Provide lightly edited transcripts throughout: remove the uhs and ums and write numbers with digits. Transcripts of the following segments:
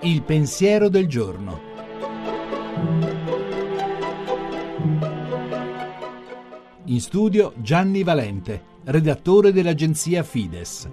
Il pensiero del giorno. In studio Gianni Valente, redattore dell'agenzia Fides.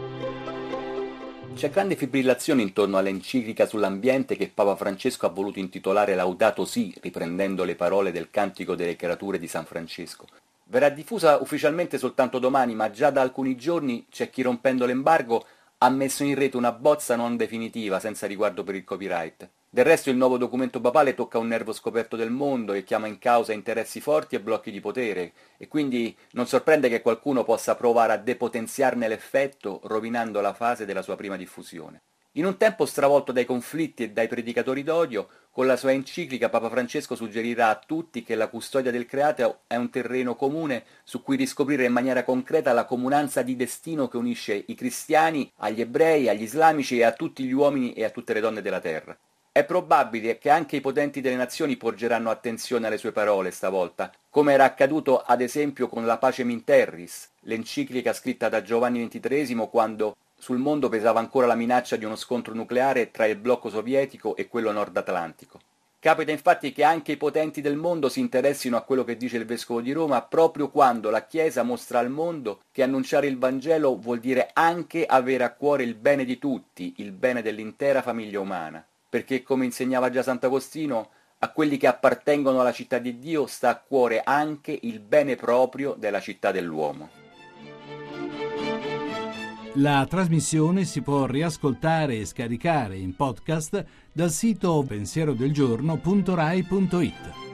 C'è grande fibrillazione intorno all'enciclica sull'ambiente che Papa Francesco ha voluto intitolare Laudato Si, riprendendo le parole del Cantico delle Creature di San Francesco. Verrà diffusa ufficialmente soltanto domani, ma già da alcuni giorni c'è chi, rompendo l'embargo, ha messo in rete una bozza non definitiva, senza riguardo per il copyright. Del resto il nuovo documento papale tocca un nervo scoperto del mondo e chiama in causa interessi forti e blocchi di potere, e quindi non sorprende che qualcuno possa provare a depotenziarne l'effetto, rovinando la fase della sua prima diffusione. In un tempo stravolto dai conflitti e dai predicatori d'odio, con la sua enciclica Papa Francesco suggerirà a tutti che la custodia del creato è un terreno comune su cui riscoprire in maniera concreta la comunanza di destino che unisce i cristiani agli ebrei, agli islamici e a tutti gli uomini e a tutte le donne della terra. È probabile che anche i potenti delle nazioni porgeranno attenzione alle sue parole stavolta, come era accaduto ad esempio con la Pacem in Terris, l'enciclica scritta da Giovanni XXIII quando sul mondo pesava ancora la minaccia di uno scontro nucleare tra il blocco sovietico e quello nord-atlantico. Capita infatti che anche i potenti del mondo si interessino a quello che dice il Vescovo di Roma proprio quando la Chiesa mostra al mondo che annunciare il Vangelo vuol dire anche avere a cuore il bene di tutti, il bene dell'intera famiglia umana. Perché, come insegnava già Sant'Agostino, a quelli che appartengono alla città di Dio sta a cuore anche il bene proprio della città dell'uomo. La trasmissione si può riascoltare e scaricare in podcast dal sito pensierodelgiorno.rai.it.